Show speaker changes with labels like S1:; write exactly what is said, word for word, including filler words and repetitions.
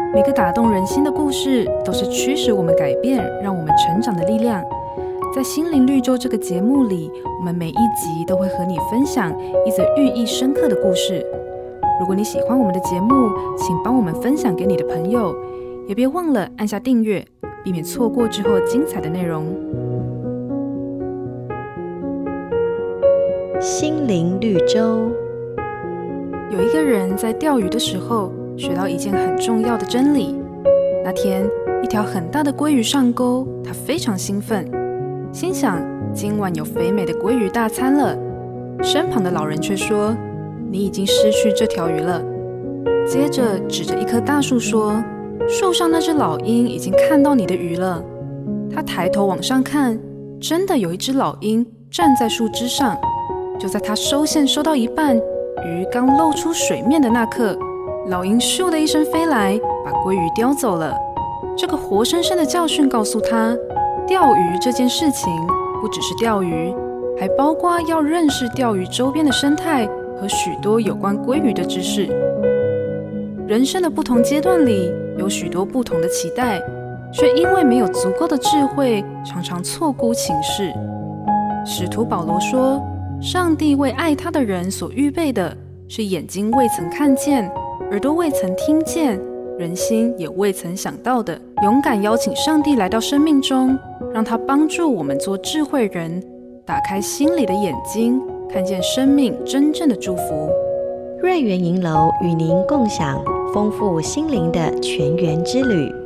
S1: 每个打动人心的故事都是驱使我们改变、让我们成长的力量。在心灵绿洲这个节目里，我们每一集都会和你分享一则寓意深刻的故事。如果你喜欢我们的节目，请帮我们分享给你的朋友，也别忘了按下订阅，避免错过之后精彩的内容。
S2: 心灵绿洲。
S1: 有一个人在钓鱼的时候学到一件很重要的真理。那天，一条很大的鲑鱼上钩，他非常兴奋，心想今晚有肥美的鲑鱼大餐了。身旁的老人却说：“你已经失去这条鱼了。”接着指着一棵大树说：“树上那只老鹰已经看到你的鱼了。”他抬头往上看，真的有一只老鹰站在树枝上。就在他收线收到一半，鱼刚露出水面的那刻，老鹰咻的一声飞来，把鲑鱼叼走了。这个活生生的教训告诉他，钓鱼这件事情不只是钓鱼，还包括要认识钓鱼周边的生态和许多有关鲑鱼的知识。人生的不同阶段里，有许多不同的期待，却因为没有足够的智慧，常常错估情势。使徒保罗说，上帝为爱他的人所预备的是眼睛未曾看见，耳朵未曾听见，人心也未曾想到的。勇敢邀请上帝来到生命中，让他帮助我们做智慧人，打开心里的眼睛，看见生命真正的祝福。
S2: 瑞园银楼与您共享丰富心灵的全员之旅。